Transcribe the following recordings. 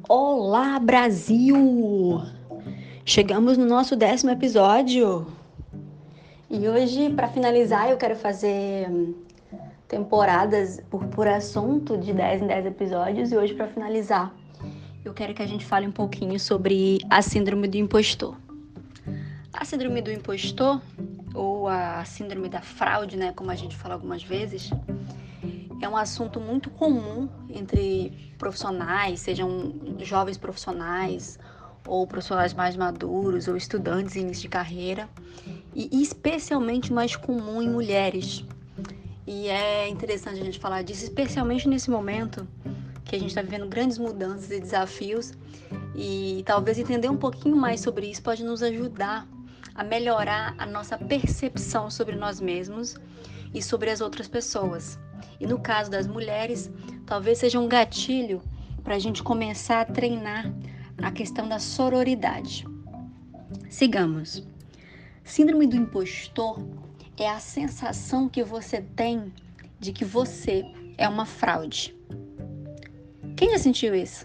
Olá, Brasil! Chegamos no nosso 10º episódio. E hoje, para finalizar, eu quero fazer temporadas por assunto de 10 em 10 episódios. E hoje, para finalizar, eu quero que a gente fale um pouquinho sobre a síndrome do impostor. A síndrome do impostor, ou a síndrome da fraude, né, como a gente fala algumas vezes, é um assunto muito comum entre profissionais, sejam jovens profissionais ou profissionais mais maduros ou estudantes em início de carreira, e especialmente mais comum em mulheres. E é interessante a gente falar disso, especialmente nesse momento que a gente está vivendo grandes mudanças e desafios, e talvez entender um pouquinho mais sobre isso pode nos ajudar a melhorar a nossa percepção sobre nós mesmos e sobre as outras pessoas. E no caso das mulheres, talvez seja um gatilho para a gente começar a treinar a questão da sororidade. Sigamos. Síndrome do impostor é a sensação que você tem de que você é uma fraude. Quem já sentiu isso?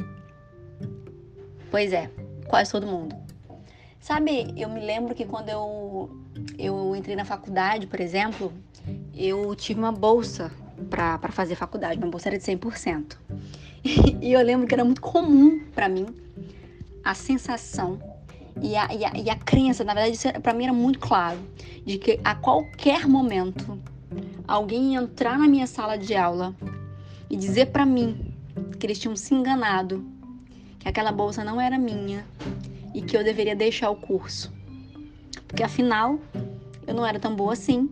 Pois é, quase todo mundo. Sabe, eu me lembro que quando eu entrei na faculdade, por exemplo, eu tive uma bolsa para fazer faculdade, minha bolsa era de 100%. E eu lembro que era muito comum para mim a sensação e a crença, na verdade, para mim era muito claro, de que a qualquer momento alguém ia entrar na minha sala de aula e dizer para mim que eles tinham se enganado, que aquela bolsa não era minha e que eu deveria deixar o curso. Porque afinal, eu não era tão boa assim.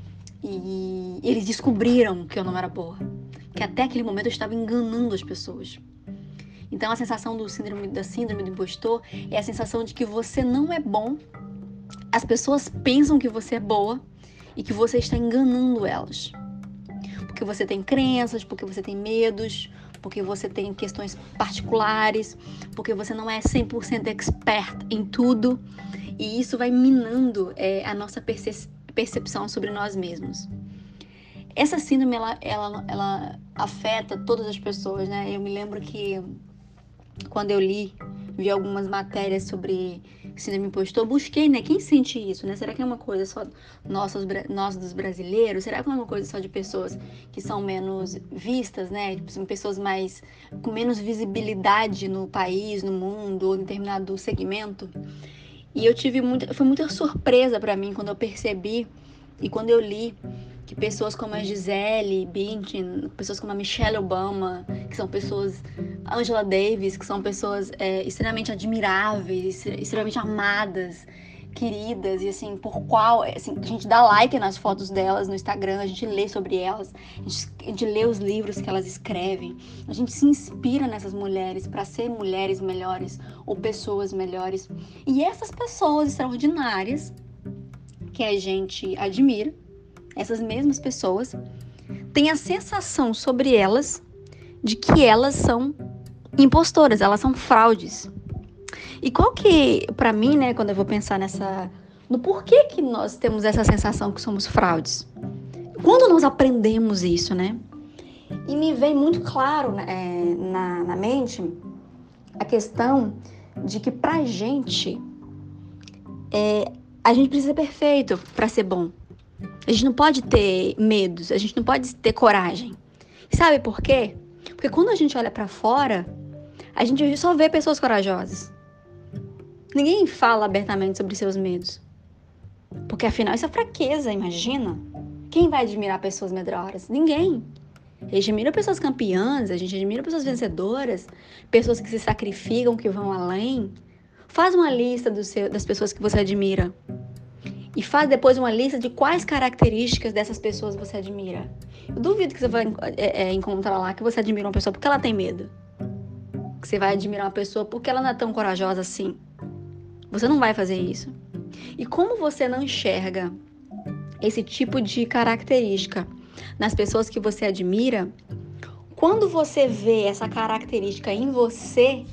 E eles descobriram que eu não era boa. Que até aquele momento eu estava enganando as pessoas. Então a sensação da síndrome do impostor é a sensação de que você não é bom. As pessoas pensam que você é boa e que você está enganando elas. Porque você tem crenças, porque você tem medos, porque você tem questões particulares, porque você não é 100% expert em tudo. E isso vai minando a nossa percepção sobre nós mesmos. Essa síndrome, ela afeta todas as pessoas, né? Eu me lembro que quando eu vi algumas matérias sobre síndrome do impostor, busquei, né? Quem sente isso, né? Será que é uma coisa só nós dos brasileiros? Será que é uma coisa só de pessoas que são menos vistas, né? São pessoas com menos visibilidade no país, no mundo, ou em determinado segmento? E foi muita surpresa para mim quando eu percebi e quando eu li que pessoas como a Gisele Bündchen, pessoas como a Michelle Obama, que são pessoas, Angela Davis, que são pessoas extremamente admiráveis, extremamente amadas, queridas, e assim, a gente dá like nas fotos delas no Instagram, a gente lê sobre elas, a gente lê os livros que elas escrevem, a gente se inspira nessas mulheres para ser mulheres melhores ou pessoas melhores. E essas pessoas extraordinárias que a gente admira, essas mesmas pessoas, têm a sensação sobre elas de que elas são impostoras, elas são fraudes. E qual que, pra mim, né, quando eu vou pensar no porquê que nós temos essa sensação que somos fraudes? Quando nós aprendemos isso, né? E me vem muito claro na mente a questão de que pra gente, a gente precisa ser perfeito pra ser bom. A gente não pode ter medos, a gente não pode ter coragem. Sabe por quê? Porque quando a gente olha pra fora, a gente só vê pessoas corajosas. Ninguém fala abertamente sobre seus medos. Porque afinal isso é fraqueza, imagina. Quem vai admirar pessoas medrosas? Ninguém. A gente admira pessoas campeãs, a gente admira pessoas vencedoras, pessoas que se sacrificam, que vão além. Faz uma lista das pessoas que você admira. E faz depois uma lista de quais características dessas pessoas você admira. Eu duvido que você vai encontrar lá que você admira uma pessoa porque ela tem medo. Que você vai admirar uma pessoa porque ela não é tão corajosa assim. Você não vai fazer isso. E como você não enxerga esse tipo de característica nas pessoas que você admira, quando você vê essa característica em você,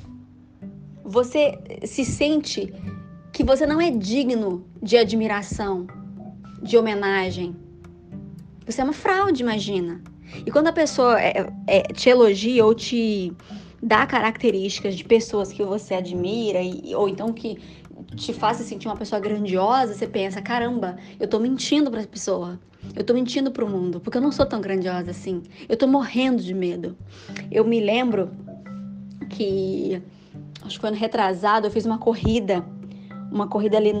você se sente que você não é digno de admiração, de homenagem. Você é uma fraude, imagina. E quando a pessoa te elogia ou te dá características de pessoas que você admira, ou então que te faça sentir uma pessoa grandiosa, você pensa, caramba, eu tô mentindo pra pessoa. Eu tô mentindo pro mundo, porque eu não sou tão grandiosa assim. Eu tô morrendo de medo. Eu me lembro que, acho que foi ano retrasado, eu fiz uma corrida ali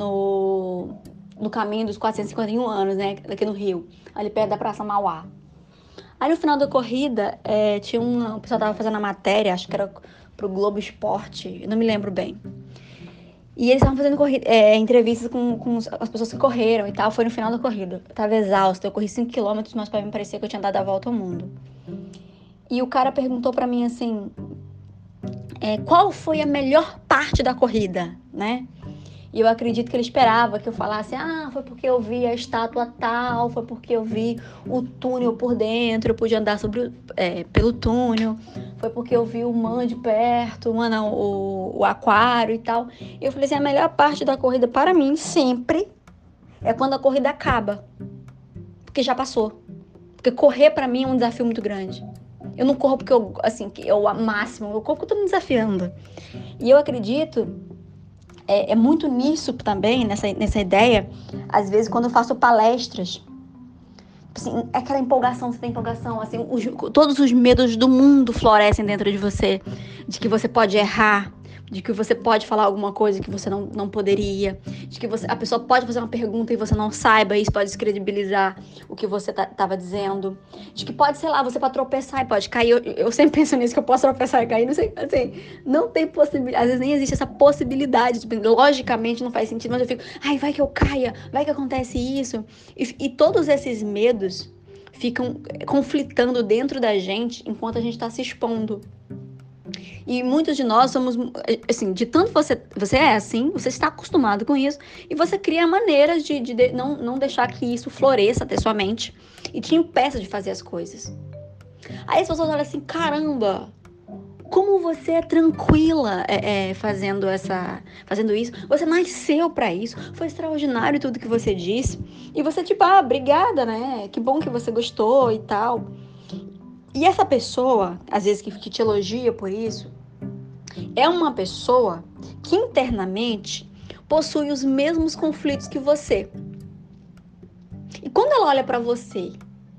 no caminho dos 451 anos, né, aqui no Rio, ali perto da Praça Mauá. Aí no final da corrida, o pessoal tava fazendo a matéria, acho que era pro Globo Esporte, eu não me lembro bem. E eles estavam fazendo entrevistas com as pessoas que correram e tal. Foi no final da corrida. Eu tava exausta. Eu corri 5 quilômetros, mas pra mim parecia que eu tinha dado a volta ao mundo. E o cara perguntou pra mim assim, qual foi a melhor parte da corrida, né? E eu acredito que ele esperava que eu falasse, foi porque eu vi a estátua tal, foi porque eu vi o túnel por dentro, eu pude andar pelo túnel, foi porque eu vi o man de perto, o aquário e tal. E eu falei assim, a melhor parte da corrida para mim, sempre, é quando a corrida acaba, porque já passou. Porque correr para mim é um desafio muito grande. Eu não corro porque eu máximo, eu corro porque eu tô me desafiando. E eu acredito muito nisso também, nessa ideia, às vezes quando eu faço palestras, assim, é aquela empolgação, você tem empolgação, assim, todos os medos do mundo florescem dentro de você, de que você pode errar, de que você pode falar alguma coisa que você não poderia, de que a pessoa pode fazer uma pergunta e você não saiba, e isso pode descredibilizar o que você estava dizendo, de que pode, sei lá, você pode tropeçar e pode cair, eu sempre penso nisso, que eu posso tropeçar e cair, não sei, assim, não tem possibilidade, às vezes nem existe essa possibilidade, logicamente não faz sentido, mas eu fico, vai que eu caia, vai que acontece isso, e todos esses medos ficam conflitando dentro da gente enquanto a gente está se expondo. E muitos de nós somos, assim, de tanto você é assim, você está acostumado com isso, e você cria maneiras de não deixar que isso floresça até sua mente e te impeça de fazer as coisas. Aí as pessoas olham assim, caramba, como você é tranquila fazendo isso. Você nasceu pra isso. Foi extraordinário tudo que você disse. E você, tipo, obrigada, né? Que bom que você gostou e tal. E essa pessoa, às vezes, que te elogia por isso, é uma pessoa que internamente possui os mesmos conflitos que você. E quando ela olha pra você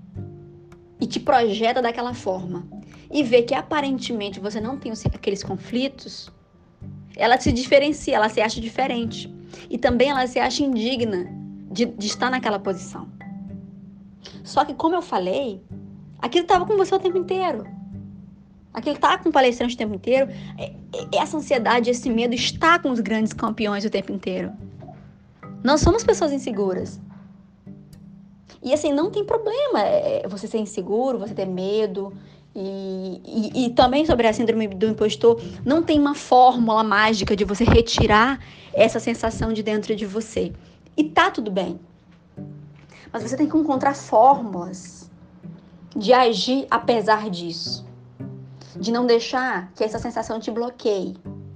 e te projeta daquela forma e vê que aparentemente você não tem aqueles conflitos, ela se diferencia, ela se acha diferente. E também ela se acha indigna de estar naquela posição. Só que, como eu falei, aquilo estava com você o tempo inteiro. Aquilo está com o palestrante o tempo inteiro. Essa ansiedade, esse medo está com os grandes campeões o tempo inteiro. Nós somos pessoas inseguras. E assim, não tem problema você ser inseguro, você ter medo. E também sobre a síndrome do impostor, não tem uma fórmula mágica de você retirar essa sensação de dentro de você. E tá tudo bem. Mas você tem que encontrar fórmulas de agir apesar disso. De não deixar que essa sensação te bloqueie.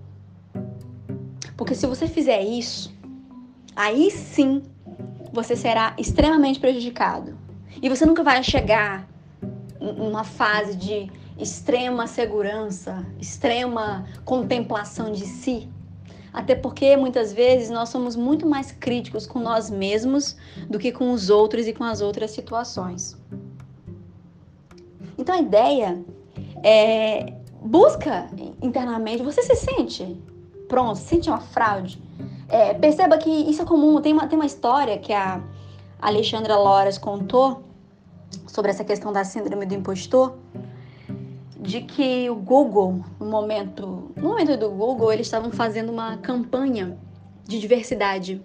Porque se você fizer isso, aí sim você será extremamente prejudicado. E você nunca vai chegar numa fase de extrema segurança, extrema contemplação de si. Até porque muitas vezes nós somos muito mais críticos com nós mesmos do que com os outros e com as outras situações. Então a ideia é busca internamente, você se sente pronto, se sente uma fraude. Perceba que isso é comum. Tem uma história que a Alexandra Loras contou sobre essa questão da síndrome do impostor, de que o Google, no momento do Google, eles estavam fazendo uma campanha de diversidade.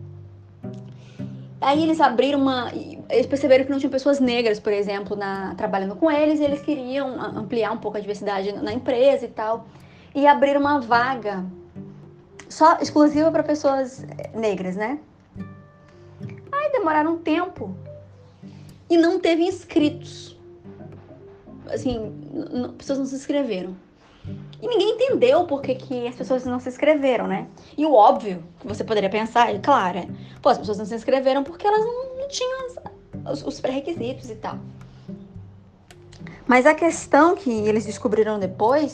Aí eles eles perceberam que não tinham pessoas negras, por exemplo, trabalhando com eles, e eles queriam ampliar um pouco a diversidade na empresa e tal, e abriram uma vaga só exclusiva para pessoas negras, né? Aí demoraram um tempo e não teve inscritos. Assim, pessoas não se inscreveram. E ninguém entendeu por que as pessoas não se inscreveram, né? E o óbvio que você poderia pensar, claro, as pessoas não se inscreveram porque elas não tinham os pré-requisitos e tal. Mas a questão que eles descobriram depois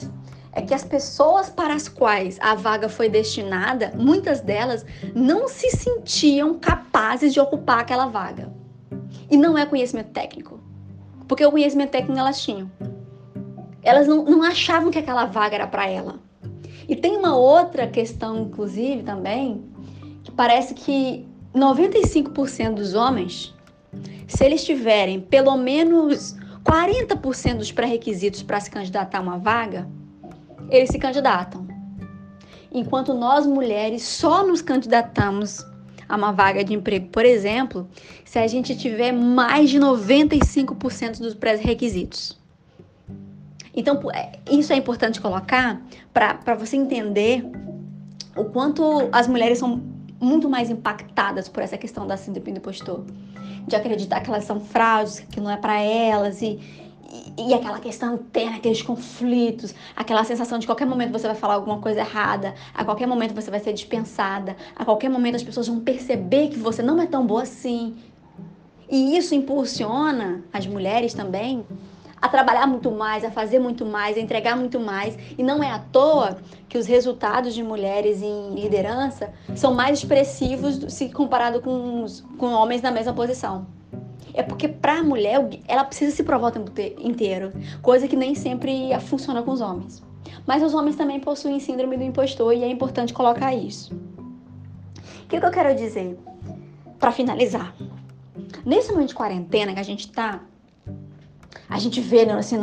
é que as pessoas para as quais a vaga foi destinada, muitas delas não se sentiam capazes de ocupar aquela vaga. E não é conhecimento técnico, porque o conhecimento técnico elas tinham. Elas não achavam que aquela vaga era para ela. E tem uma outra questão, inclusive, também, que parece que 95% dos homens, se eles tiverem pelo menos 40% dos pré-requisitos para se candidatar a uma vaga, eles se candidatam. Enquanto nós, mulheres, só nos candidatamos a uma vaga de emprego, por exemplo, se a gente tiver mais de 95% dos pré-requisitos. Então, isso é importante colocar para você entender o quanto as mulheres são muito mais impactadas por essa questão da síndrome do impostor. De acreditar que elas são fraudes, que não é para elas, e aquela questão interna, aqueles conflitos, aquela sensação de qualquer momento você vai falar alguma coisa errada, a qualquer momento você vai ser dispensada, a qualquer momento as pessoas vão perceber que você não é tão boa assim. E isso impulsiona as mulheres também a trabalhar muito mais, a fazer muito mais, a entregar muito mais. E não é à toa que os resultados de mulheres em liderança são mais expressivos se comparado com homens na mesma posição. É porque para a mulher, ela precisa se provar o tempo inteiro, coisa que nem sempre funciona com os homens. Mas os homens também possuem síndrome do impostor e é importante colocar isso. O que eu quero dizer? Para finalizar, nesse momento de quarentena que a gente tá, a gente vê assim,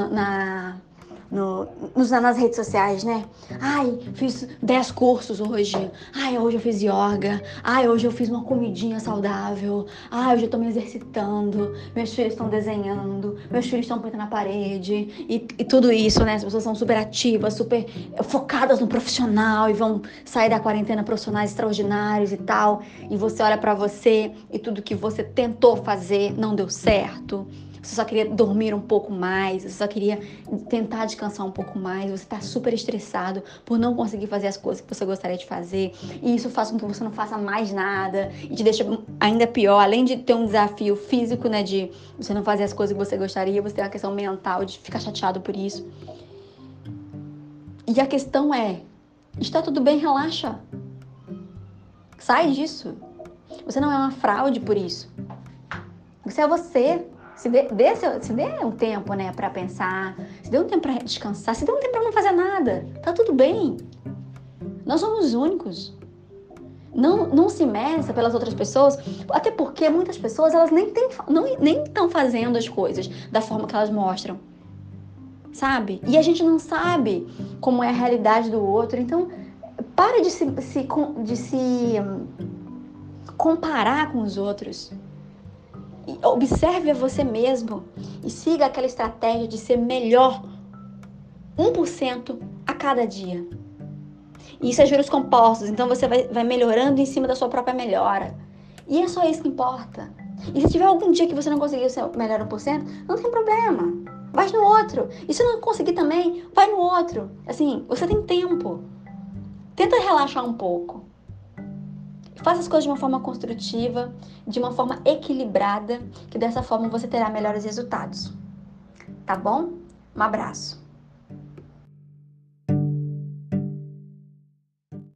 nas redes sociais, né? Ai, fiz 10 cursos hoje. Ai, hoje eu fiz yoga. Ai, hoje eu fiz uma comidinha saudável. Ai, hoje eu tô me exercitando. Meus filhos estão desenhando. Meus filhos estão pintando na parede. E tudo isso, né? As pessoas são super ativas, super focadas no profissional e vão sair da quarentena profissionais extraordinários e tal. E você olha pra você e tudo que você tentou fazer não deu certo. Você só queria dormir um pouco mais, você só queria tentar descansar um pouco mais, você está super estressado por não conseguir fazer as coisas que você gostaria de fazer, e isso faz com que você não faça mais nada, e te deixa ainda pior, além de ter um desafio físico, né, de você não fazer as coisas que você gostaria, você tem uma questão mental de ficar chateado por isso. E a questão é, está tudo bem, relaxa. Sai disso. Você não é uma fraude por isso. Você é você. Se dê um tempo, né, para pensar, se dê um tempo para descansar, se dê um tempo para não fazer nada. Tá tudo bem. Nós somos únicos. Não se meça pelas outras pessoas, até porque muitas pessoas elas nem estão fazendo as coisas da forma que elas mostram, sabe? E a gente não sabe como é a realidade do outro, então para de se comparar com os outros. Observe a você mesmo e siga aquela estratégia de ser melhor 1% a cada dia. E isso é juros compostos, então você vai melhorando em cima da sua própria melhora. E é só isso que importa. E se tiver algum dia que você não conseguiu ser melhor 1%, não tem problema. Vai no outro. E se não conseguir também, vai no outro. Assim, você tem tempo. Tenta relaxar um pouco. Faça as coisas de uma forma construtiva, de uma forma equilibrada, que dessa forma você terá melhores resultados. Tá bom? Um abraço.